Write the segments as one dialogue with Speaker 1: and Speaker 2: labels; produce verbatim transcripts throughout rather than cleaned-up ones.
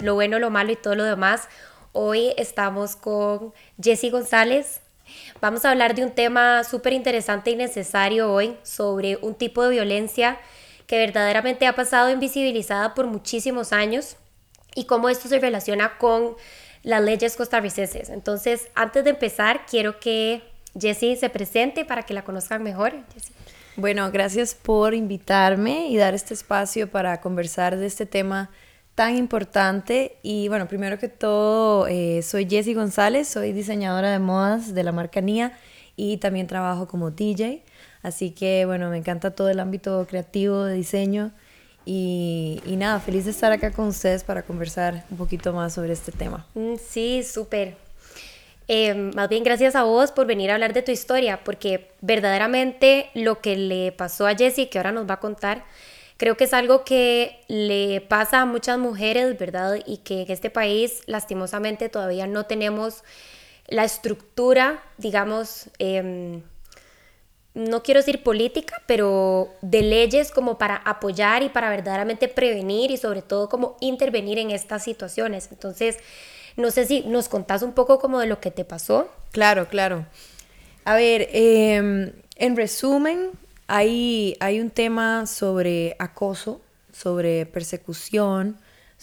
Speaker 1: lo bueno, lo malo y todo lo demás. Hoy estamos con Jessie González. Vamos a hablar de un tema súper interesante y necesario hoy, sobre un tipo de violencia que verdaderamente ha pasado invisibilizada por muchísimos años y cómo esto se relaciona con las leyes costarricenses. Entonces, antes de empezar, quiero que Jessie se presente para que la conozcan mejor. Jessie.
Speaker 2: Bueno, gracias por invitarme y dar este espacio para conversar de este tema tan importante. Y bueno, primero que todo, eh, soy Jessie González, soy diseñadora de modas de la marca Nia y también trabajo como D J. Así que bueno, me encanta todo el ámbito creativo de diseño y, y nada, feliz de estar acá con ustedes para conversar un poquito más sobre este tema.
Speaker 1: Mm, sí, súper. Eh, más bien gracias a vos por venir a hablar de tu historia, porque verdaderamente lo que le pasó a Jessie, que ahora nos va a contar, creo que es algo que le pasa a muchas mujeres, ¿verdad? Y que en este país lastimosamente todavía no tenemos la estructura, digamos, eh, no quiero decir política, pero de leyes como para apoyar y para verdaderamente prevenir y sobre todo como intervenir en estas situaciones. Entonces, no sé si nos contás un poco como de lo que te pasó.
Speaker 2: Claro, claro. A ver, eh, en resumen, hay, hay un tema sobre acoso, sobre persecución,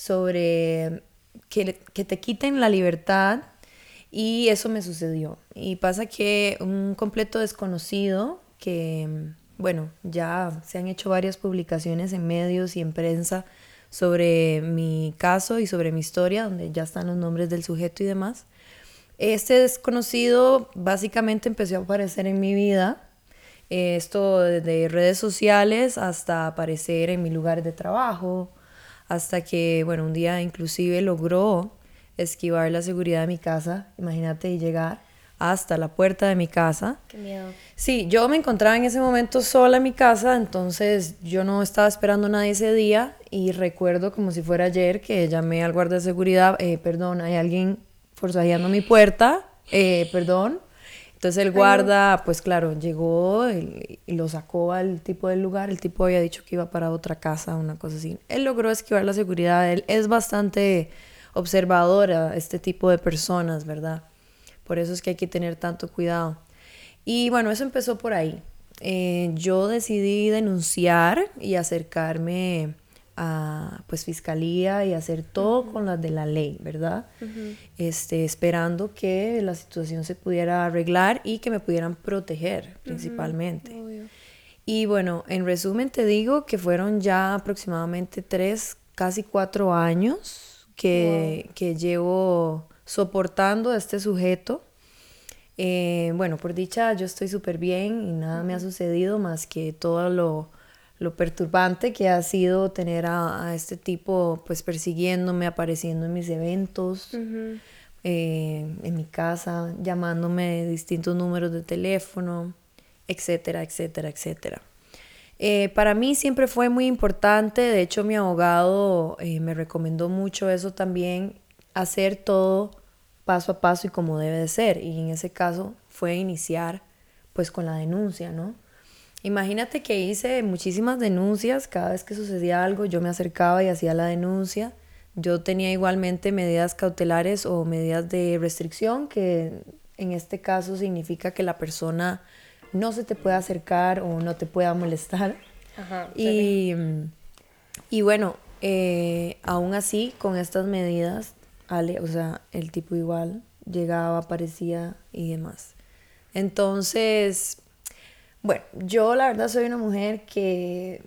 Speaker 2: sobre que, que te quiten la libertad, y eso me sucedió. Y pasa que un completo desconocido, que bueno, ya se han hecho varias publicaciones en medios y en prensa sobre mi caso y sobre mi historia, donde ya están los nombres del sujeto y demás. Este desconocido básicamente empezó a aparecer en mi vida, eh, esto desde redes sociales hasta aparecer en mi lugar de trabajo, hasta que, bueno, un día inclusive logró esquivar la seguridad de mi casa, imagínate, y llegar hasta la puerta de mi casa.
Speaker 1: Qué miedo.
Speaker 2: Sí, yo me encontraba en ese momento sola en mi casa, entonces yo no estaba esperando a nadie ese día y recuerdo como si fuera ayer que llamé al guardia de seguridad, eh, perdón, hay alguien forcejeando mi puerta, eh, perdón. Entonces el guarda, no. Pues claro, llegó y, y lo sacó al tipo del lugar. El tipo había dicho que iba para otra casa, una cosa así. Él logró esquivar la seguridad. Él es bastante observadora, este tipo de personas, ¿verdad? Por eso es que hay que tener tanto cuidado. Y bueno, eso empezó por ahí. Eh, yo decidí denunciar y acercarme a pues fiscalía y hacer todo uh-huh. con las de la ley, ¿verdad? Uh-huh. Este, esperando que la situación se pudiera arreglar y que me pudieran proteger principalmente. Uh-huh. Y bueno, en resumen te digo que fueron ya aproximadamente tres, casi cuatro años que, wow. que llevo soportando a este sujeto. Eh, bueno, por dicha yo estoy súper bien y nada uh-huh. me ha sucedido más que todo lo, lo perturbante que ha sido tener a, a este tipo pues persiguiéndome, apareciendo en mis eventos, uh-huh. eh, en mi casa, llamándome de distintos números de teléfono, etcétera, etcétera, etcétera. Eh, para mí siempre fue muy importante, de hecho mi abogado eh, me recomendó mucho eso también, hacer todo paso a paso y como debe de ser, y en ese caso fue iniciar pues con la denuncia, ¿no? Imagínate que hice muchísimas denuncias, cada vez que sucedía algo yo me acercaba y hacía la denuncia. Yo tenía igualmente medidas cautelares o medidas de restricción, que en este caso significa que la persona no se te puede acercar o no te pueda molestar.
Speaker 1: Ajá,
Speaker 2: y, y bueno, eh, aún así con estas medidas, Ale, o sea, el tipo igual llegaba, aparecía y demás. Entonces, bueno, yo la verdad soy una mujer que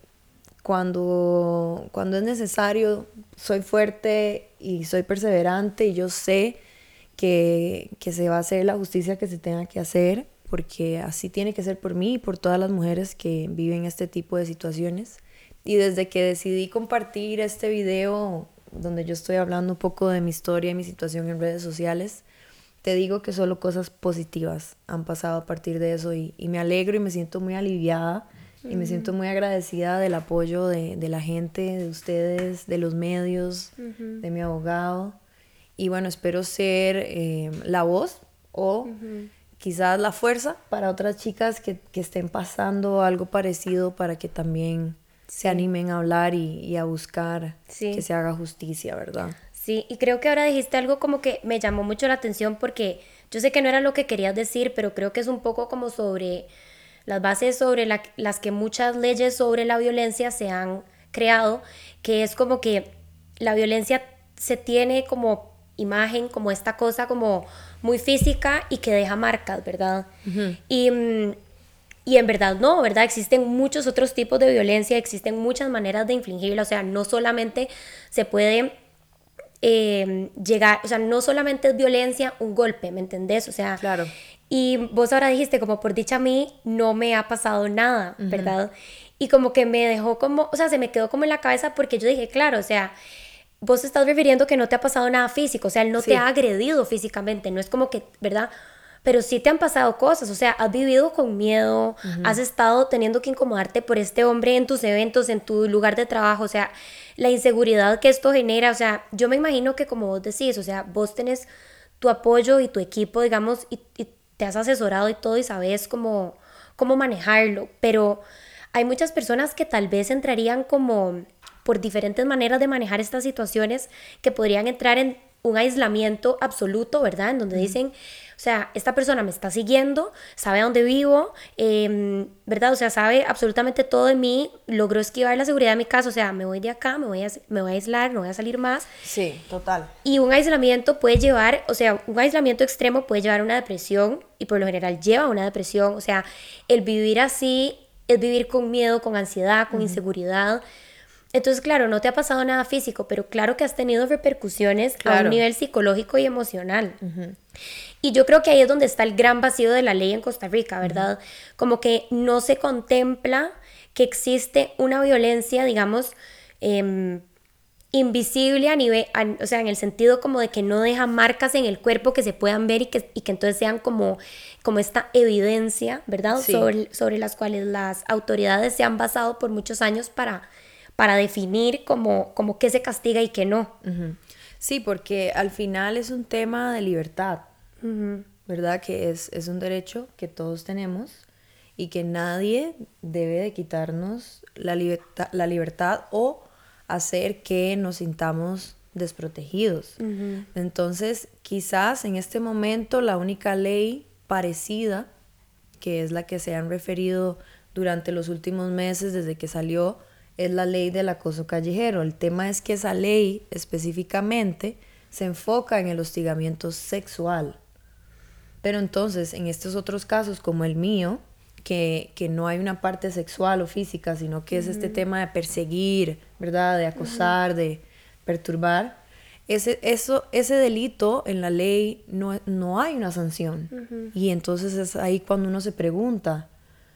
Speaker 2: cuando, cuando es necesario soy fuerte y soy perseverante, y yo sé que, que se va a hacer la justicia que se tenga que hacer, porque así tiene que ser por mí y por todas las mujeres que viven este tipo de situaciones. Y desde que decidí compartir este video donde yo estoy hablando un poco de mi historia y mi situación en redes sociales, te digo que solo cosas positivas han pasado a partir de eso, y, y me alegro y me siento muy aliviada uh-huh. y me siento muy agradecida del apoyo de, de la gente, de ustedes, de los medios, uh-huh. de mi abogado. Y bueno, espero ser eh, la voz o uh-huh. quizás la fuerza para otras chicas que, que estén pasando algo parecido, para que también sí. se animen a hablar y, y a buscar sí. que se haga justicia, ¿verdad?
Speaker 1: Sí, y creo que ahora dijiste algo como que me llamó mucho la atención porque yo sé que no era lo que querías decir, pero creo que es un poco como sobre las bases sobre la- las que muchas leyes sobre la violencia se han creado, que es como que la violencia se tiene como imagen, como esta cosa como muy física y que deja marcas, ¿verdad? Y, mm, y en verdad no, ¿verdad? Existen muchos otros tipos de violencia, existen muchas maneras de infligirla, o sea, no solamente se puede eh, llegar, o sea, no solamente es violencia, un golpe, ¿me entendés? O sea,
Speaker 2: Claro.
Speaker 1: y vos ahora dijiste, como por dicha a mí, no me ha pasado nada, ¿verdad? Y como que me dejó como, o sea, se me quedó como en la cabeza porque yo dije, claro, o sea, vos te estás refiriendo que no te ha pasado nada físico, o sea, él no te ha
Speaker 2: Sí.
Speaker 1: agredido físicamente, no es como que, ¿verdad? Pero sí te han pasado cosas, o sea, has vivido con miedo, has estado teniendo que incomodarte por este hombre en tus eventos, en tu lugar de trabajo, o sea, la inseguridad que esto genera, o sea, yo me imagino que como vos decís, o sea, vos tenés tu apoyo y tu equipo, digamos, y, y te has asesorado y todo y sabes cómo, cómo manejarlo, pero hay muchas personas que tal vez entrarían como por diferentes maneras de manejar estas situaciones que podrían entrar en un aislamiento absoluto, ¿verdad? En donde dicen, o sea, esta persona me está siguiendo, sabe a dónde vivo, eh, ¿verdad? O sea, sabe absolutamente todo de mí, logró esquivar la seguridad de mi casa, o sea, me voy de acá, me voy a, me voy a aislar, no voy a salir más.
Speaker 2: Sí, total.
Speaker 1: Y un aislamiento puede llevar, o sea, un aislamiento extremo puede llevar a una depresión y por lo general lleva a una depresión. O sea, el vivir así es vivir con miedo, con ansiedad, con inseguridad. Entonces, claro, no te ha pasado nada físico, pero claro que has tenido repercusiones a un
Speaker 2: Claro.
Speaker 1: nivel psicológico y emocional. Y yo creo que ahí es donde está el gran vacío de la ley en Costa Rica, ¿verdad? Como que no se contempla que existe una violencia, digamos, em, invisible a nivel, a- o sea, en el sentido como de que no deja marcas en el cuerpo que se puedan ver y que, y que entonces sean como, como esta evidencia, ¿verdad?
Speaker 2: Sí.
Speaker 1: Sobre, sobre las cuales las autoridades se han basado por muchos años para, para definir como, como qué se castiga y qué no.
Speaker 2: Sí, porque al final es un tema de libertad, ¿verdad? Que es, es un derecho que todos tenemos y que nadie debe de quitarnos la libertad, la libertad o hacer que nos sintamos desprotegidos. Entonces, quizás en este momento la única ley parecida, que es la que se han referido durante los últimos meses desde que salió, es la ley del acoso callejero. El tema es que esa ley específicamente se enfoca en el hostigamiento sexual. Pero entonces, en estos otros casos, como el mío, que, que no hay una parte sexual o física, sino que es este tema de perseguir, ¿verdad? De acosar, de perturbar. Ese, eso, ese delito en la ley no, no hay una sanción. Y entonces es ahí cuando uno se pregunta,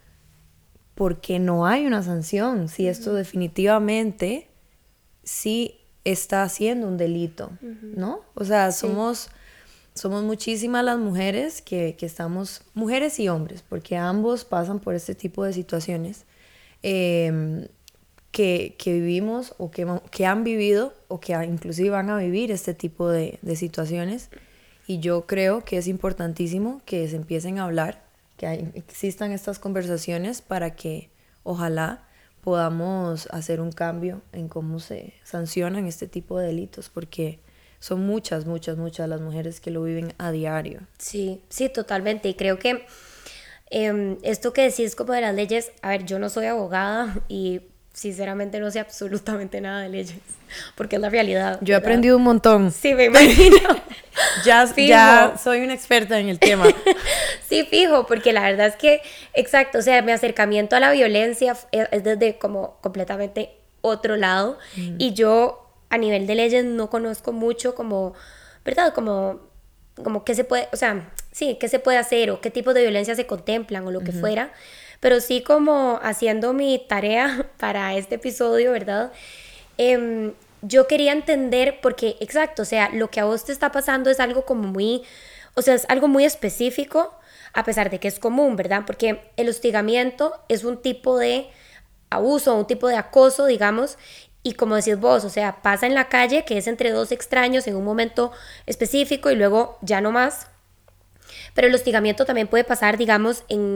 Speaker 2: ¿por qué no hay una sanción? Si esto definitivamente sí está haciendo un delito, ¿no? O sea, somos, somos muchísimas las mujeres que, que estamos, mujeres y hombres, porque ambos pasan por este tipo de situaciones, eh, que, que vivimos o que, que han vivido o que inclusive van a vivir este tipo de, de situaciones. Y yo creo que es importantísimo que se empiecen a hablar, que hay, existan estas conversaciones para que ojalá podamos hacer un cambio en cómo se sancionan este tipo de delitos, porque son muchas, muchas, muchas las mujeres que lo viven a diario.
Speaker 1: Sí, sí, totalmente. Y creo que eh, esto que decís como de las leyes, a ver, yo no soy abogada y sinceramente no sé absolutamente nada de leyes, porque es la realidad.
Speaker 2: Yo he
Speaker 1: ¿verdad?
Speaker 2: aprendido un montón.
Speaker 1: Sí, me imagino.
Speaker 2: ya,
Speaker 1: Fijo.
Speaker 2: ya soy una experta en el tema.
Speaker 1: Sí, fijo, porque la verdad es que, exacto, o sea, mi acercamiento a la violencia es, es desde como completamente otro lado mm. y yo a nivel de leyes no conozco mucho como, ¿verdad? Como, como qué se puede, o sea, sí, qué se puede hacer o qué tipos de violencia se contemplan o lo que uh-huh. fuera, pero sí como haciendo mi tarea para este episodio, ¿verdad? Eh, yo quería entender porque, exacto, o sea, lo que a vos te está pasando es algo como muy, o sea, es algo muy específico, a pesar de que es común, ¿verdad? Porque el hostigamiento es un tipo de abuso, un tipo de acoso, digamos, y como decís vos, o sea, pasa en la calle, que es entre dos extraños en un momento específico y luego ya no más. Pero el hostigamiento también puede pasar, digamos, en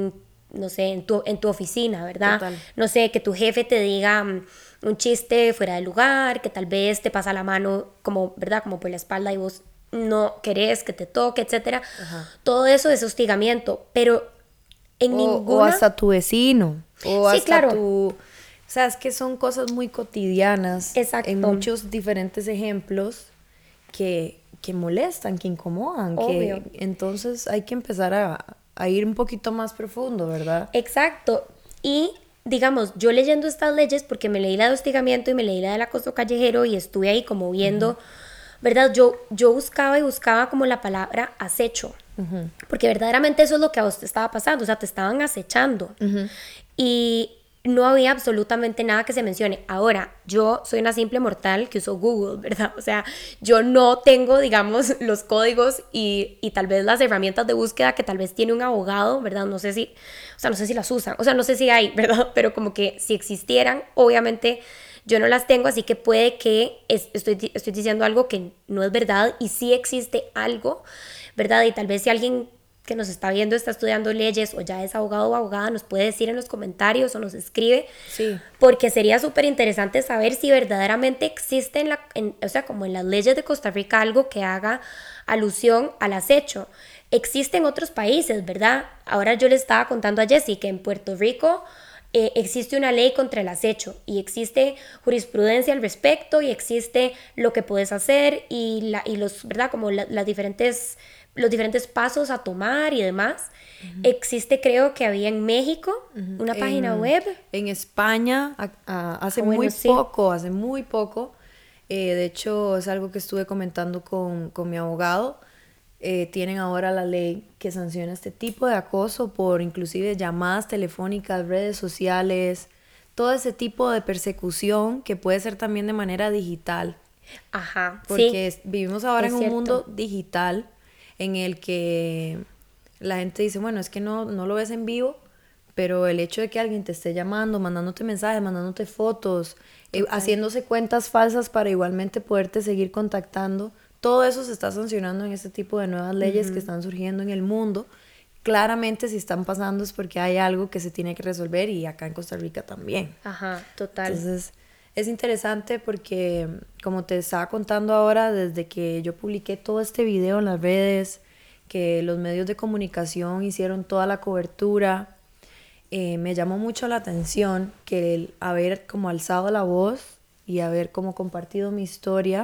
Speaker 1: no sé, en tu, en tu oficina, ¿verdad?
Speaker 2: Total.
Speaker 1: No sé, que tu jefe te diga mm, un chiste fuera de lugar, que tal vez te pasa la mano como, ¿verdad? Como por la espalda y vos no querés que te toque, etcétera.
Speaker 2: Ajá.
Speaker 1: Todo eso es hostigamiento, pero en
Speaker 2: O, o
Speaker 1: ninguna...
Speaker 2: hasta tu vecino, o
Speaker 1: Sí,
Speaker 2: hasta
Speaker 1: claro,
Speaker 2: tu... O sea, es que son cosas muy cotidianas en
Speaker 1: exacto,
Speaker 2: muchos diferentes ejemplos que, que molestan, que incomodan,
Speaker 1: obvio.
Speaker 2: que entonces hay que empezar a, a ir un poquito más profundo, ¿verdad?
Speaker 1: Exacto. Y digamos, yo leyendo estas leyes, porque me leí la de hostigamiento y me leí la del acoso callejero y estuve ahí como viendo, ¿verdad? Yo, yo buscaba y buscaba como la palabra acecho, porque verdaderamente eso es lo que a vos te estaba pasando, o sea, te estaban acechando. Y no había absolutamente nada que se mencione. Ahora, yo soy una simple mortal que uso Google, ¿verdad? O sea, yo no tengo, digamos, los códigos y, y tal vez las herramientas de búsqueda que tal vez tiene un abogado, ¿verdad? No sé si, o sea, no sé si las usan, o sea, no sé si hay, ¿verdad? Pero como que si existieran, obviamente yo no las tengo, así que puede que es, estoy, estoy diciendo algo que no es verdad y sí existe algo, ¿verdad? Y tal vez si alguien que nos está viendo está estudiando leyes o ya es abogado o abogada, nos puede decir en los comentarios o nos escribe,
Speaker 2: Sí.
Speaker 1: porque sería súper interesante saber si verdaderamente existe en la, en, o sea, como en las leyes de Costa Rica algo que haga alusión al acecho. Existe en otros países, ¿verdad? Ahora yo le estaba contando a Jessie que en Puerto Rico eh, existe una ley contra el acecho y existe jurisprudencia al respecto y existe lo que puedes hacer y, la, y los, ¿verdad? Como la, las diferentes los diferentes pasos a tomar y demás. Uh-huh. Existe, creo que había en México uh-huh. una en, página web.
Speaker 2: En España, a, a, hace ah, bueno, muy sí. poco, hace muy poco, eh, de hecho es algo que estuve comentando con, con mi abogado, eh, tienen ahora la ley que sanciona este tipo de acoso por inclusive llamadas telefónicas, redes sociales, todo ese tipo de persecución que puede ser también de manera digital.
Speaker 1: Ajá,
Speaker 2: porque
Speaker 1: sí,
Speaker 2: vivimos ahora
Speaker 1: es
Speaker 2: en un
Speaker 1: cierto.
Speaker 2: mundo digital en el que la gente dice, bueno, es que no, no lo ves en vivo, pero el hecho de que alguien te esté llamando, mandándote mensajes, mandándote fotos, eh, haciéndose cuentas falsas para igualmente poderte seguir contactando, todo eso se está sancionando en este tipo de nuevas leyes uh-huh. que están surgiendo en el mundo. Claramente si están pasando es porque hay algo que se tiene que resolver y acá en Costa Rica también.
Speaker 1: Ajá, total.
Speaker 2: Entonces es interesante porque, como te estaba contando ahora, desde que yo publiqué todo este video en las redes, que los medios de comunicación hicieron toda la cobertura, eh, me llamó mucho la atención que el haber como alzado la voz y haber como compartido mi historia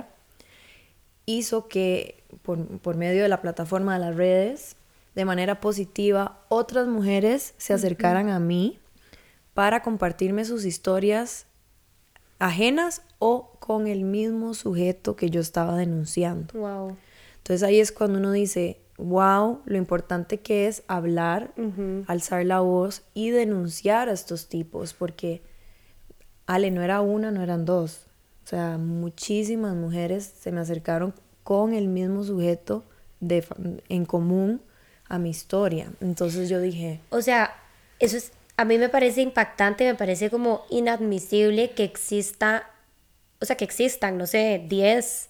Speaker 2: hizo que por, por medio de la plataforma de las redes, de manera positiva, otras mujeres se acercaran uh-huh. a mí para compartirme sus historias ajenas o con el mismo sujeto que yo estaba denunciando.
Speaker 1: Wow.
Speaker 2: Entonces ahí es cuando uno dice, wow, lo importante que es hablar, uh-huh. alzar la voz y denunciar a estos tipos, porque, Ale, no era una, no eran dos. O sea, muchísimas mujeres se me acercaron con el mismo sujeto de, en común a mi historia. Entonces yo dije...
Speaker 1: O sea, eso es... A mí me parece impactante, me parece como inadmisible que exista, o sea, que existan, no sé, diez,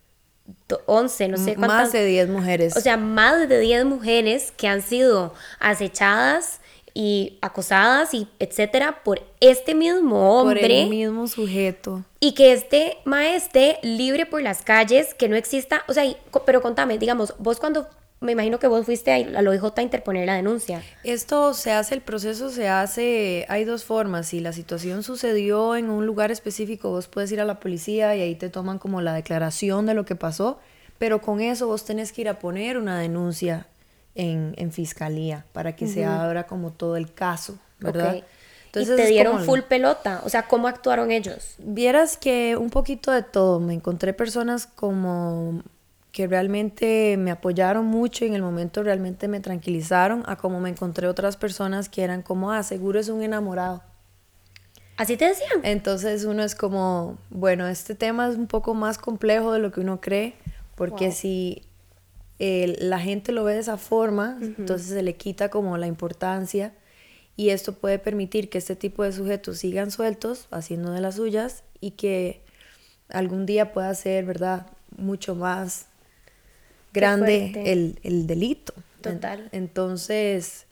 Speaker 1: once, no sé cuántas.
Speaker 2: Más de diez mujeres.
Speaker 1: O sea, más de diez mujeres que han sido acechadas y acosadas y etcétera por este mismo hombre.
Speaker 2: Por el mismo sujeto.
Speaker 1: Y que este mae esté libre por las calles, que no exista, o sea, y, pero contame, digamos, vos cuando... Me imagino que vos fuiste a la O I J a interponer la denuncia.
Speaker 2: Esto se hace, el proceso se hace, hay dos formas. Si la situación sucedió en un lugar específico, vos puedes ir a la policía y ahí te toman como la declaración de lo que pasó, pero con eso vos tenés que ir a poner una denuncia en, en fiscalía para que uh-huh. se abra como todo el caso, ¿verdad?
Speaker 1: Okay. Entonces, ¿y te dieron full pelota? O sea, ¿cómo actuaron ellos?
Speaker 2: Vieras que un poquito de todo. Me encontré personas como... que realmente me apoyaron mucho y en el momento realmente me tranquilizaron, a como me encontré otras personas que eran como, ah, seguro es un enamorado.
Speaker 1: ¿Así te decían?
Speaker 2: Entonces uno es como, bueno, este tema es un poco más complejo de lo que uno cree, porque wow. si eh, la gente lo ve de esa forma, uh-huh. entonces se le quita como la importancia y esto puede permitir que este tipo de sujetos sigan sueltos, haciendo de las suyas y que algún día pueda ser, ¿verdad?, mucho más grande el, el delito.
Speaker 1: Total.
Speaker 2: Entonces,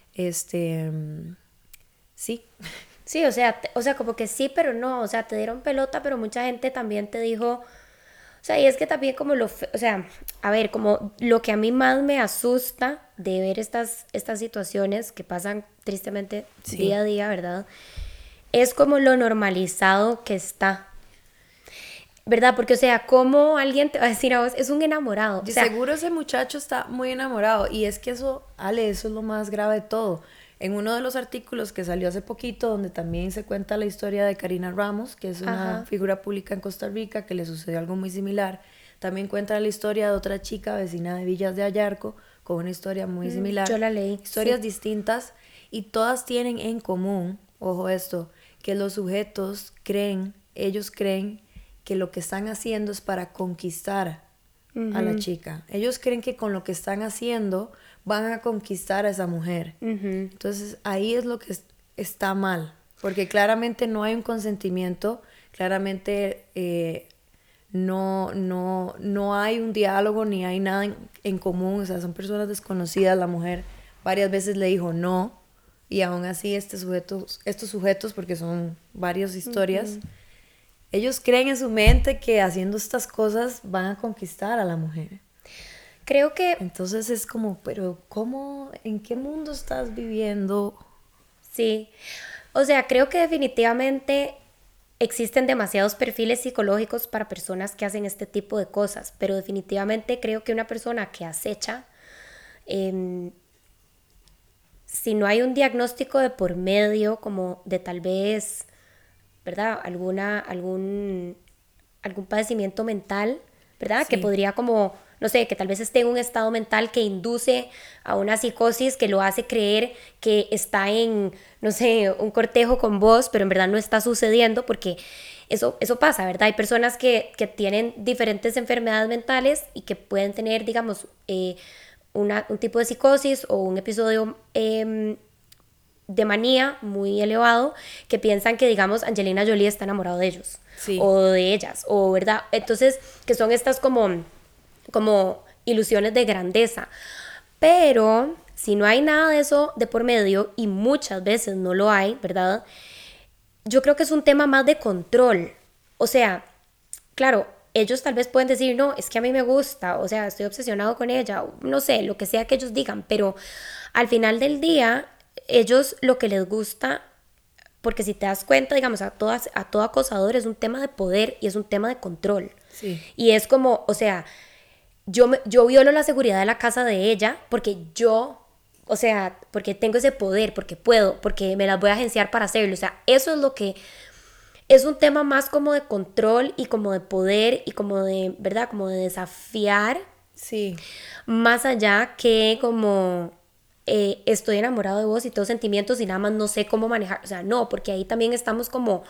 Speaker 2: Este, mm, sí.
Speaker 1: Sí, o sea, te- o sea, como que sí, pero no, o sea, te dieron pelota, pero mucha gente también te dijo, o sea, y es que también como lo, fe- o sea, a ver, como lo que a mí más me asusta de ver estas, estas situaciones que pasan tristemente
Speaker 2: Sí.
Speaker 1: día a día, ¿verdad? Es como lo normalizado que está, ¿verdad? Porque, o sea, ¿cómo alguien te va a decir a vos, es un enamorado? O
Speaker 2: De
Speaker 1: sea,
Speaker 2: seguro ese muchacho está muy enamorado y es que eso, Ale, eso es lo más grave de todo. En uno de los artículos que salió hace poquito, donde también se cuenta la historia de Karina Ramos, que es una
Speaker 1: ajá,
Speaker 2: figura pública en Costa Rica que le sucedió algo muy similar, también cuenta la historia de otra chica vecina de Villas de Ayarco con una historia muy
Speaker 1: mm, yo
Speaker 2: similar,
Speaker 1: la leí,
Speaker 2: historias
Speaker 1: sí.
Speaker 2: distintas y todas tienen en común, ojo esto, que los sujetos creen, ellos creen que lo que están haciendo es para conquistar a la
Speaker 1: Ujú,
Speaker 2: chica. Ellos creen que con lo que están haciendo van a conquistar a esa mujer.
Speaker 1: ujú.
Speaker 2: Entonces ahí es lo que es- está mal, porque claramente no hay un consentimiento, claramente eh, no, no, no hay un diálogo ni hay nada en, en común, o sea, son personas desconocidas. La mujer varias veces le dijo no y aún así este sujeto, estos sujetos, porque son varias historias, ellos creen en su mente que haciendo estas cosas van a conquistar a la mujer.
Speaker 1: Creo que
Speaker 2: Entonces es como, pero ¿cómo? ¿En qué mundo estás viviendo?
Speaker 1: sí, o sea, creo que definitivamente existen demasiados perfiles psicológicos para personas que hacen este tipo de cosas, pero definitivamente creo que una persona que acecha, em, si no hay un diagnóstico de por medio, como de tal vez, ¿verdad? Alguna, algún, algún padecimiento mental, ¿verdad? Que
Speaker 2: Sí,
Speaker 1: podría como, no sé, que tal vez esté en un estado mental que induce a una psicosis que lo hace creer que está en, no sé, un cortejo con vos, pero en verdad no está sucediendo porque eso, eso pasa, ¿verdad? Hay personas que, que tienen diferentes enfermedades mentales y que pueden tener, digamos, eh, una, un tipo de psicosis o un episodio eh, de manía muy elevado que piensan que, digamos, Angelina Jolie está enamorado de ellos
Speaker 2: sí,
Speaker 1: o de ellas, o verdad. Entonces, que son estas como, como ilusiones de grandeza. Pero si no hay nada de eso de por medio, y muchas veces no lo hay, ¿verdad? Yo creo que es un tema más de control. O sea, claro, ellos tal vez pueden decir, no, es que a mí me gusta, o sea, estoy obsesionado con ella, o no sé, lo que sea que ellos digan, pero al final del día, ellos lo que les gusta, porque si te das cuenta, digamos, a, todas, a todo acosador es un tema de poder y es un tema de control.
Speaker 2: sí.
Speaker 1: Y es como, o sea, yo, me, yo violo la seguridad de la casa de ella porque yo, o sea, porque tengo ese poder, porque puedo, porque me las voy a agenciar para hacerlo. O sea, eso es lo que es un tema más como de control y como de poder y como de, ¿verdad? Como de desafiar
Speaker 2: Sí,
Speaker 1: más allá que como eh, estoy enamorado de vos y tengo sentimientos y nada más no sé cómo manejar. O sea, no, porque ahí también estamos como,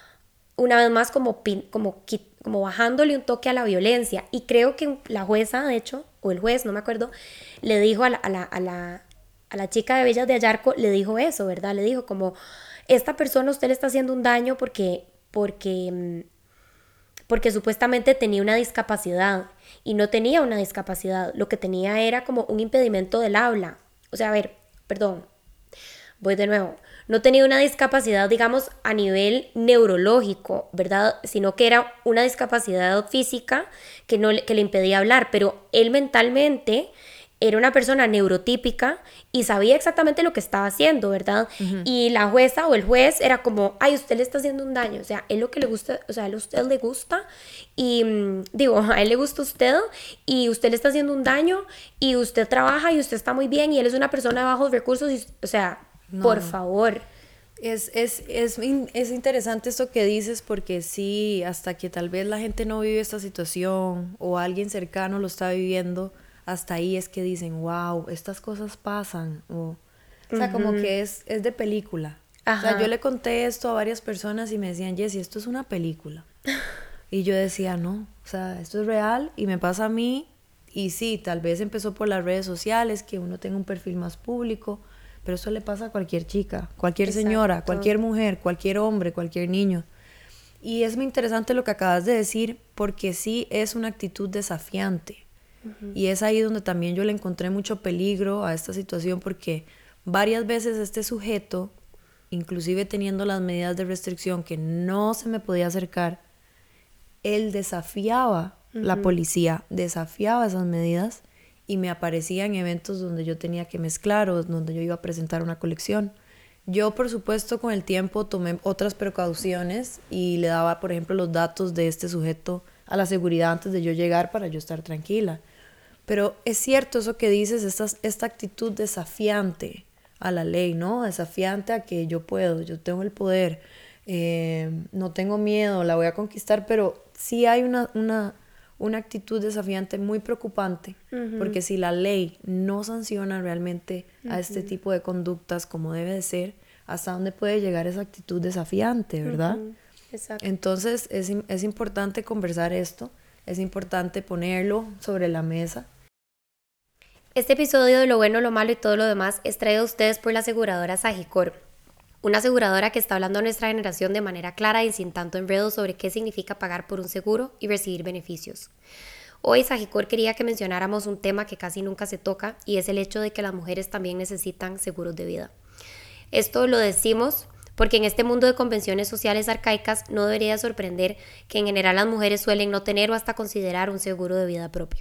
Speaker 1: una vez más, como, como, como bajándole un toque a la violencia. Y creo que la jueza, de hecho, o el juez, no me acuerdo, le dijo a la, a la, a la, a la chica de Villas de Ayarco, le dijo eso, ¿verdad? Le dijo como, esta persona a usted le está haciendo un daño porque, porque, porque supuestamente tenía una discapacidad y no tenía una discapacidad, lo que tenía era como un impedimento del habla. O sea, a ver, perdón, voy de nuevo, no tenía una discapacidad, digamos, a nivel neurológico, ¿verdad? Sino que era una discapacidad física que, no, que le impedía hablar, pero él mentalmente era una persona neurotípica y sabía exactamente lo que estaba haciendo, ¿verdad?
Speaker 2: ujú.
Speaker 1: Y la jueza o el juez era como, ay, usted le está haciendo un daño, o sea, él lo que le gusta, o sea, a usted le gusta y mm, digo, a él le gusta usted y usted le está haciendo un daño y usted trabaja y usted está muy bien y él es una persona de bajos recursos, y, o sea,
Speaker 2: No,
Speaker 1: por
Speaker 2: no.
Speaker 1: favor.
Speaker 2: Es, es, es, in- es interesante esto que dices porque sí, hasta que tal vez la gente no vive esta situación o alguien cercano lo está viviendo, hasta ahí es que dicen, wow, estas cosas pasan. O, o sea, como
Speaker 1: Ujú.
Speaker 2: que es, es de película. O sea, yo
Speaker 1: Ajá.
Speaker 2: le conté esto a varias personas y me decían, Jessie, esto es una película. Y yo decía, no, o sea, esto es real y me pasa a mí. Y sí, tal vez empezó por las redes sociales, que uno tenga un perfil más público, pero eso le pasa a cualquier chica, cualquier señora,
Speaker 1: Exacto.
Speaker 2: cualquier mujer, cualquier hombre, cualquier niño. Y es muy interesante lo que acabas de decir, porque sí es una actitud desafiante. Y es ahí donde también yo le encontré mucho peligro a esta situación, porque varias veces este sujeto, inclusive teniendo las medidas de restricción que no se me podía acercar, él desafiaba uh-huh. la policía, desafiaba esas medidas y me aparecía en eventos donde yo tenía que mezclar o donde yo iba a presentar una colección. Yo, por supuesto, con el tiempo tomé otras precauciones y le daba, por ejemplo, los datos de este sujeto a la seguridad antes de yo llegar para yo estar tranquila. Pero es cierto eso que dices, esta, esta actitud desafiante a la ley, ¿no? Desafiante a que yo puedo, yo tengo el poder, eh, no tengo miedo, la voy a conquistar, pero sí hay una, una, una actitud desafiante muy preocupante, uh-huh. porque si la ley no sanciona realmente uh-huh. a este tipo de conductas como debe de ser, ¿hasta dónde puede llegar esa actitud desafiante, verdad? Uh-huh.
Speaker 1: Exacto.
Speaker 2: Entonces es, es importante conversar esto, es importante ponerlo sobre la mesa.
Speaker 1: Este episodio de Lo Bueno, Lo Malo y todo lo demás es traído a ustedes por la aseguradora Sagicor, una aseguradora que está hablando a nuestra generación de manera clara y sin tanto enredo sobre qué significa pagar por un seguro y recibir beneficios. Hoy Sagicor quería que mencionáramos un tema que casi nunca se toca y es el hecho de que las mujeres también necesitan seguros de vida. Esto lo decimos porque en este mundo de convenciones sociales arcaicas no debería sorprender que en general las mujeres suelen no tener o hasta considerar un seguro de vida propio.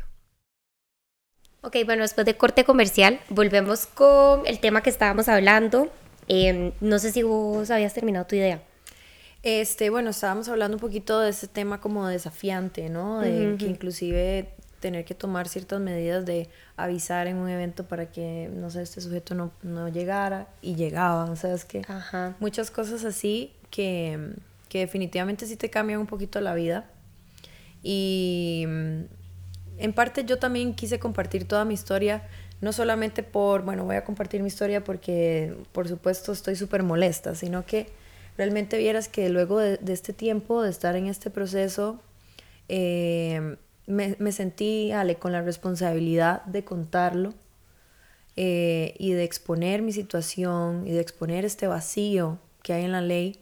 Speaker 1: Ok, bueno, después de corte comercial, volvemos con el tema que estábamos hablando. Eh, no sé si vos habías terminado tu idea.
Speaker 2: Este, bueno, estábamos hablando un poquito de ese tema como desafiante, ¿no? De uh-huh. que inclusive tener que tomar ciertas medidas de avisar en un evento para que, no sé, este sujeto no, no llegara y llegaba, o sea, es que
Speaker 1: Ajá.
Speaker 2: muchas cosas así que, que definitivamente sí te cambian un poquito la vida. Y en parte yo también quise compartir toda mi historia, no solamente por, bueno, voy a compartir mi historia porque por supuesto estoy súper molesta, sino que realmente vieras que luego de, de este tiempo, de estar en este proceso, eh, me, me sentí, Ale, con la responsabilidad de contarlo eh, y de exponer mi situación y de exponer este vacío que hay en la ley,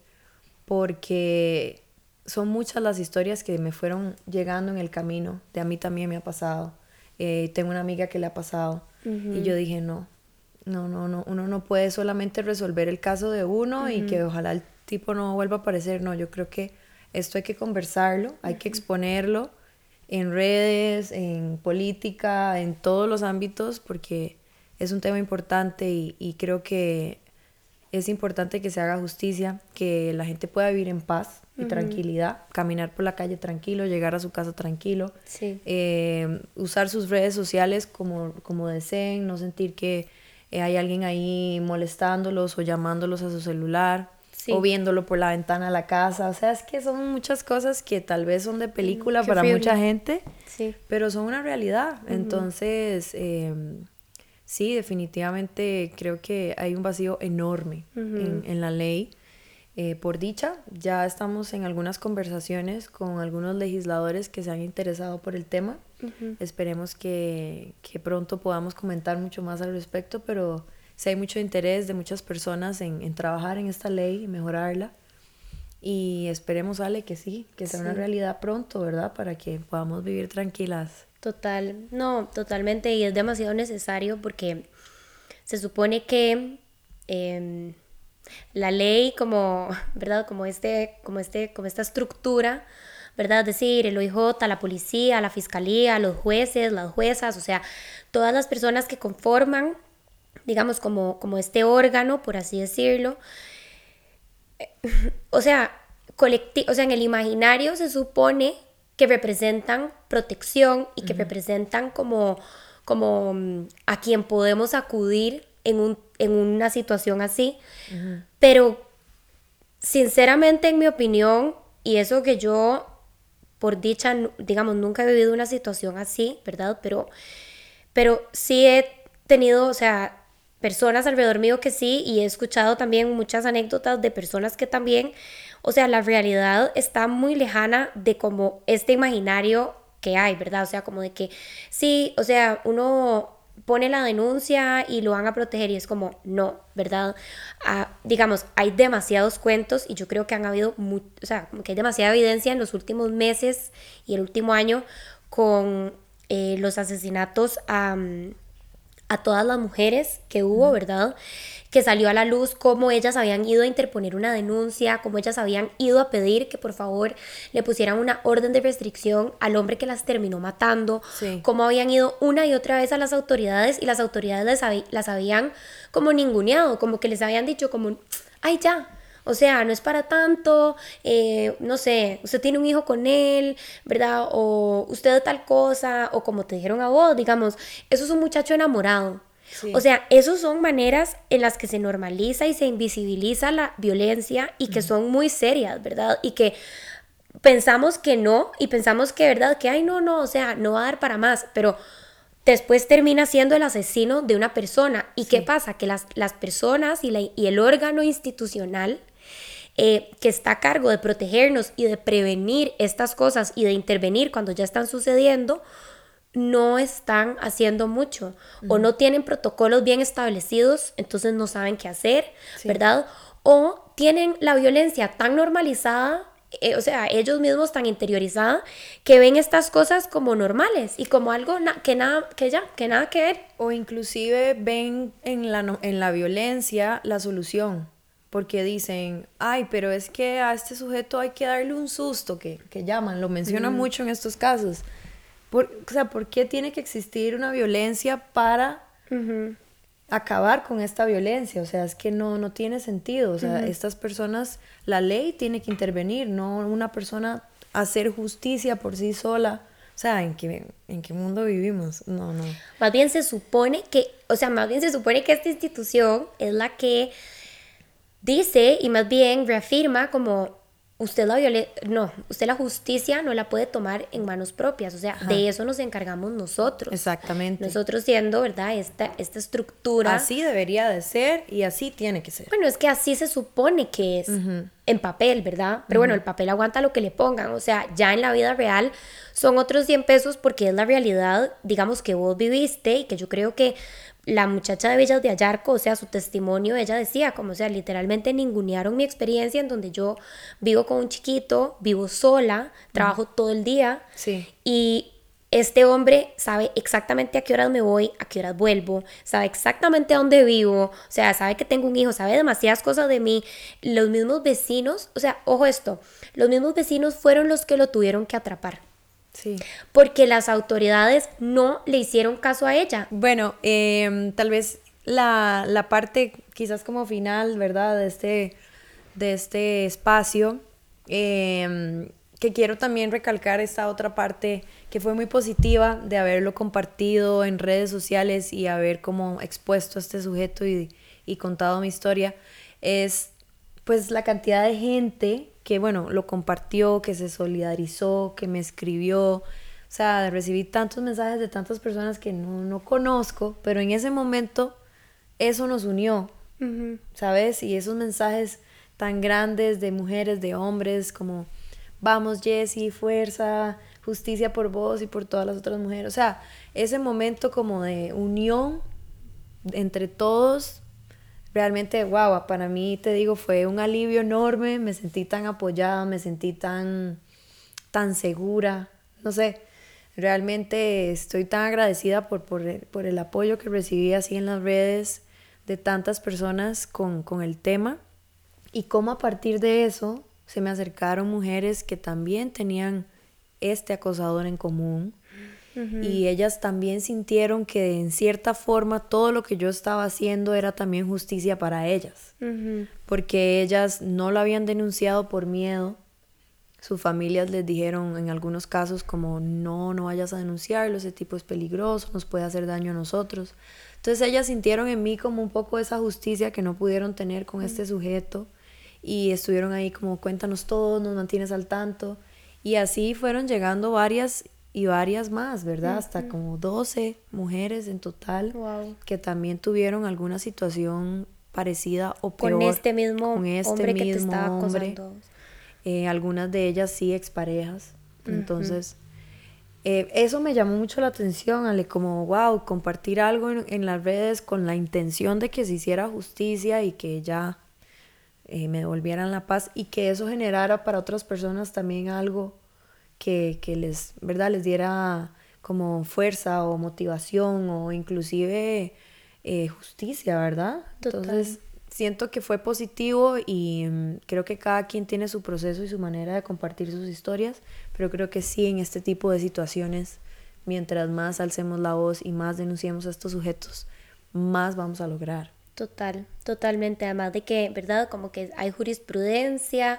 Speaker 2: porque son muchas las historias que me fueron llegando en el camino. De a mí también me ha pasado. Eh, tengo una amiga que le ha pasado. Uh-huh. Y yo dije, no, no, no, no. Uno no puede solamente resolver el caso de uno uh-huh. y que ojalá el tipo no vuelva a aparecer. No, yo creo que esto hay que conversarlo, hay uh-huh. que exponerlo en redes, en política, en todos los ámbitos, porque es un tema importante y, y creo que es importante que se haga justicia, que la gente pueda vivir en paz y uh-huh. tranquilidad, caminar por la calle tranquilo, llegar a su casa tranquilo,
Speaker 1: sí.
Speaker 2: eh, usar sus redes sociales como, como deseen, no sentir que eh, hay alguien ahí molestándolos o llamándolos a su celular, sí. o viéndolo por la ventana de la casa. O sea, es que son muchas cosas que tal vez son de película mm, para horrible. Mucha gente,
Speaker 1: sí.
Speaker 2: pero son una realidad. Uh-huh. Entonces, eh, sí, definitivamente creo que hay un vacío enorme uh-huh. en, en la ley. Eh, por dicha, ya estamos en algunas conversaciones con algunos legisladores que se han interesado por el tema. Uh-huh. Esperemos que, que pronto podamos comentar mucho más al respecto, pero sí hay mucho interés de muchas personas en, en trabajar en esta ley y mejorarla. Y esperemos, Ale, que sí, que sea sí. una realidad pronto, ¿verdad? Para que podamos vivir tranquilas.
Speaker 1: Total, no, totalmente, y es demasiado necesario porque se supone que eh, la ley como, ¿verdad? Como, este, como, este, como esta estructura, ¿verdad? Es decir, el O I J, la policía, la fiscalía, los jueces, las juezas, o sea, todas las personas que conforman, digamos, como, como este órgano, por así decirlo, o sea, colectivo, o sea, en el imaginario se supone que representan protección y que uh-huh. representan como, como a quien podemos acudir en, un, en una situación así. Uh-huh. Pero sinceramente, en mi opinión, y eso que yo, por dicha, digamos, nunca he vivido una situación así, ¿verdad? Pero, pero sí he tenido, o sea, personas alrededor mío que sí, y he escuchado también muchas anécdotas de personas que también, o sea, la realidad está muy lejana de como este imaginario que hay, ¿verdad? O sea, como de que sí, o sea, uno pone la denuncia y lo van a proteger y es como, no, ¿verdad? Ah, digamos, hay demasiados cuentos y yo creo que han habido, muy, o sea, como que hay demasiada evidencia en los últimos meses y el último año con eh, los asesinatos a, a todas las mujeres que hubo, ¿verdad? Que salió a la luz cómo ellas habían ido a interponer una denuncia, cómo ellas habían ido a pedir que por favor le pusieran una orden de restricción al hombre que las terminó matando,
Speaker 2: Sí.
Speaker 1: cómo habían ido una y otra vez a las autoridades y las autoridades les hab- las habían como ninguneado, como que les habían dicho como, ay ya, o sea, no es para tanto, eh, no sé, usted tiene un hijo con él, ¿verdad? O usted tal cosa, o como te dijeron a vos, digamos, eso es un muchacho enamorado. O
Speaker 2: Sí.
Speaker 1: sea, esas son maneras en las que se normaliza y se invisibiliza la violencia y que son muy serias, ¿verdad? Y que pensamos que no y pensamos que, ¿verdad? Que, ay, no, no, o sea, no va a dar para más, pero después termina siendo el asesino de una persona. ¿Y qué
Speaker 2: Sí.
Speaker 1: pasa? Que las, las personas y, la, y el órgano institucional eh, que está a cargo de protegernos y de prevenir estas cosas y de intervenir cuando ya están sucediendo, no están haciendo mucho o no tienen protocolos bien establecidos, entonces no saben qué hacer,
Speaker 2: Sí.
Speaker 1: ¿verdad? O tienen la violencia tan normalizada, eh, o sea, ellos mismos tan interiorizada, que ven estas cosas como normales y como algo na- que, nada, que ya, que nada que ver.
Speaker 2: O inclusive ven en la, no- en la violencia la solución, porque dicen, ay, pero es que a este sujeto hay que darle un susto, que, que llaman, lo mencionan mucho en estos casos. Por, o sea, ¿por qué tiene que existir una violencia para
Speaker 1: Ujú,
Speaker 2: acabar con esta violencia? O sea, es que no, no tiene sentido. O sea,
Speaker 1: ujú.
Speaker 2: estas personas, la ley tiene que intervenir, no una persona hacer justicia por sí sola. O sea, ¿en qué, en qué mundo vivimos? No, no.
Speaker 1: Más bien se supone que, o sea, más bien se supone que esta institución es la que dice y más bien reafirma como usted la viole no, usted la justicia no la puede tomar en manos propias, o sea,
Speaker 2: Ajá,
Speaker 1: de eso nos encargamos nosotros.
Speaker 2: exactamente.
Speaker 1: Nosotros siendo, ¿verdad? Esta, esta estructura,
Speaker 2: Así debería de ser y así tiene que ser.
Speaker 1: bueno, es que así se supone que es
Speaker 2: Ujú,
Speaker 1: en papel, ¿verdad? Pero bueno, el papel aguanta lo que le pongan, o sea, ya en la vida real son otros cien pesos porque es la realidad, digamos, que vos viviste y que yo creo que la muchacha de Villas de Ayarco, o sea, su testimonio, ella decía, como, o sea, literalmente ningunearon mi experiencia en donde yo vivo con un chiquito, vivo sola, trabajo todo el día
Speaker 2: sí.
Speaker 1: y este hombre sabe exactamente a qué horas me voy, a qué horas vuelvo, sabe exactamente a dónde vivo, o sea, sabe que tengo un hijo, sabe demasiadas cosas de mí. Los mismos vecinos, o sea, ojo esto, los mismos vecinos fueron los que lo tuvieron que atrapar,
Speaker 2: Sí.
Speaker 1: porque las autoridades no le hicieron caso a ella.
Speaker 2: Bueno, em, tal vez la, la parte quizás como final, ¿verdad? De este, de este espacio, em, que quiero también recalcar esta otra parte que fue muy positiva de haberlo compartido en redes sociales y haber como expuesto a este sujeto y, y contado mi historia, es pues la cantidad de gente que, bueno, lo compartió, que se solidarizó, que me escribió. O sea, recibí tantos mensajes de tantas personas que no, no conozco, pero en ese momento eso nos unió,
Speaker 1: Ujú.
Speaker 2: ¿sabes? Y esos mensajes tan grandes de mujeres, de hombres, como, vamos Jessie, fuerza, justicia por vos y por todas las otras mujeres. O sea, ese momento como de unión entre todos, realmente, wow, para mí, te digo, fue un alivio enorme, me sentí tan apoyada, me sentí tan, tan segura, no sé, realmente estoy tan agradecida por, por, el, por el apoyo que recibí así en las redes de tantas personas con, con el tema y cómo a partir de eso se me acercaron mujeres que también tenían este acosador en común. Uh-huh. Y ellas también sintieron que en cierta forma todo lo que yo estaba haciendo era también justicia para ellas, uh-huh. Porque ellas no lo habían denunciado por miedo. Sus familias les dijeron en algunos casos como no, no vayas a denunciarlo, ese tipo es peligroso, nos puede hacer daño a nosotros. Entonces ellas sintieron en mí como un poco esa justicia que no pudieron tener con uh-huh. este sujeto y estuvieron ahí como cuéntanos todo, nos mantienes al tanto y así fueron llegando varias y varias más, ¿verdad? Uh-huh. Hasta como doce mujeres en total, wow. Que también tuvieron alguna situación parecida o peor.
Speaker 1: Con este mismo
Speaker 2: con este
Speaker 1: hombre
Speaker 2: mismo
Speaker 1: que te estaba
Speaker 2: hombre.
Speaker 1: acosando.
Speaker 2: Eh, algunas de ellas sí exparejas. Uh-huh. Entonces, eh, eso me llamó mucho la atención, Ale, como, wow, compartir algo en, en las redes con la intención de que se hiciera justicia y que ya eh, me devolvieran la paz y que eso generara para otras personas también algo que, que les, ¿verdad? Les diera como fuerza o motivación o inclusive eh, justicia, ¿verdad?
Speaker 1: Total.
Speaker 2: Entonces siento que fue positivo y um, creo que cada quien tiene su proceso y su manera de compartir sus historias, pero creo que sí, en este tipo de situaciones, mientras más alcemos la voz y más denunciemos a estos sujetos, más vamos a lograr.
Speaker 1: Total, totalmente. Además de que, ¿verdad? Como que hay jurisprudencia,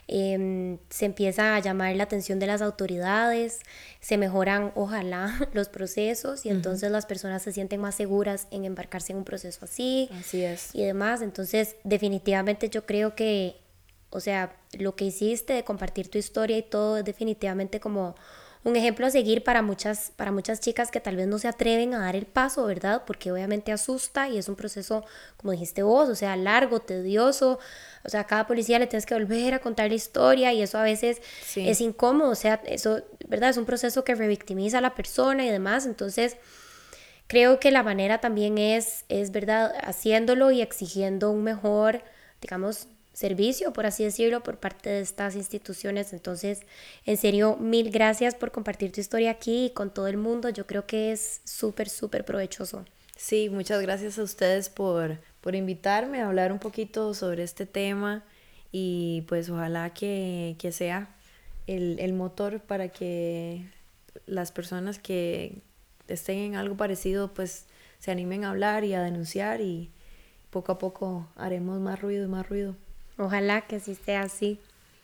Speaker 1: eh, se empieza a llamar la atención de las autoridades, se mejoran, ojalá, los procesos y entonces uh-huh. las personas se sienten más seguras en embarcarse en un proceso así.
Speaker 2: Así es.
Speaker 1: Y demás. Entonces, definitivamente yo creo que, o sea, lo que hiciste de compartir tu historia y todo es definitivamente como un ejemplo a seguir para muchas, para muchas chicas que tal vez no se atreven a dar el paso, ¿verdad? Porque obviamente asusta y es un proceso, como dijiste vos, o sea, largo, tedioso. O sea, a cada policía le tienes que volver a contar la historia y eso a veces sí. es incómodo. O sea, eso, ¿verdad? Es un proceso que revictimiza a la persona y demás. Entonces, creo que la manera también es, es ¿verdad? Haciéndolo y exigiendo un mejor, digamos, servicio, por así decirlo, por parte de estas instituciones. Entonces, en serio, mil gracias por compartir tu historia aquí y con todo el mundo. Yo creo que es súper, súper provechoso.
Speaker 2: Sí, muchas gracias a ustedes por, por invitarme a hablar un poquito sobre este tema y pues ojalá que, que sea el, el motor para que las personas que estén en algo parecido pues se animen a hablar y a denunciar y poco a poco haremos más ruido y más ruido.
Speaker 1: Ojalá que así sea así.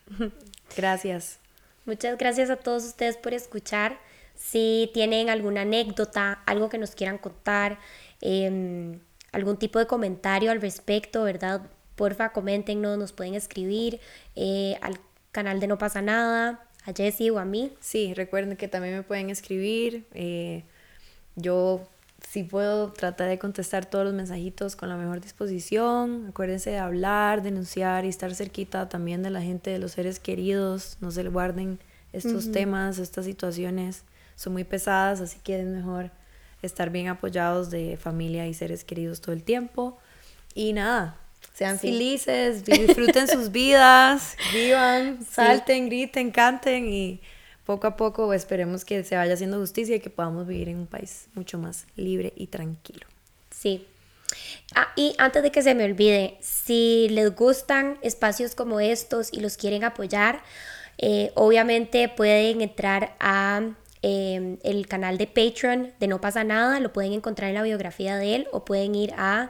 Speaker 2: Gracias.
Speaker 1: Muchas gracias a todos ustedes por escuchar. Si tienen alguna anécdota, algo que nos quieran contar, eh, algún tipo de comentario al respecto, ¿verdad? Porfa, coméntenos, nos pueden escribir eh, al canal de No Pasa Nada, a Jessie o a mí.
Speaker 2: Sí, recuerden que también me pueden escribir. Eh, yo... Sí puedo tratar de contestar todos los mensajitos con la mejor disposición. Acuérdense de hablar, denunciar y estar cerquita también de la gente, de los seres queridos. No se le guarden estos uh-huh. temas, estas situaciones. Son muy pesadas, así que es mejor estar bien apoyados de familia y seres queridos todo el tiempo. Y nada, sean sí. felices, disfruten sus vidas, vivan, sí. salten, griten, canten y... poco a poco esperemos que se vaya haciendo justicia y que podamos vivir en un país mucho más libre y tranquilo.
Speaker 1: Sí. Ah, y antes de que se me olvide, si les gustan espacios como estos y los quieren apoyar, eh, obviamente pueden entrar a eh, el canal de Patreon de No Pasa Nada, lo pueden encontrar en la biografía de él o pueden ir a...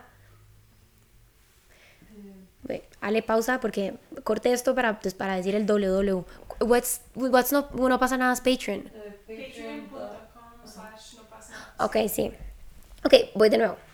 Speaker 1: Hale pausa porque corte esto para, pues, para decir el doble u doble u doble u. What's, what's no, no pasa nada es Patreon.
Speaker 3: patreon punto com slash no pasa nada.
Speaker 1: Ok, sí. Ok, voy de nuevo.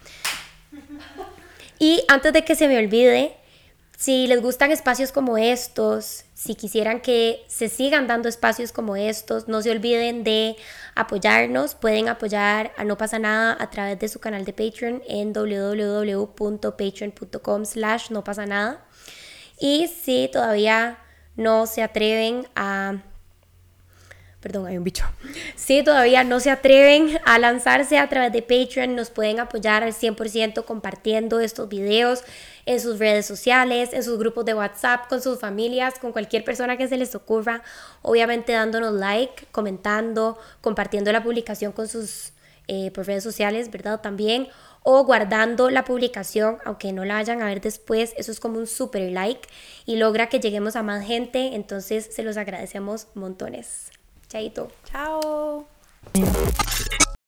Speaker 1: Y antes de que se me olvide, si les gustan espacios como estos, si quisieran que se sigan dando espacios como estos, no se olviden de apoyarnos. Pueden apoyar a No Pasa Nada a través de su canal de Patreon en doble u doble u doble u punto patreon punto com slash no pasa nada. Y si todavía no se atreven a... Perdón, hay un bicho. Si todavía no se atreven a lanzarse a través de Patreon, nos pueden apoyar al cien por ciento compartiendo estos videos en sus redes sociales, en sus grupos de WhatsApp, con sus familias, con cualquier persona que se les ocurra. Obviamente dándonos like, comentando, compartiendo la publicación con sus eh, por redes sociales, ¿verdad? También. O guardando la publicación, aunque no la vayan a ver después. Eso es como un super like y logra que lleguemos a más gente. Entonces se los agradecemos montones. Chaito.
Speaker 2: Chao.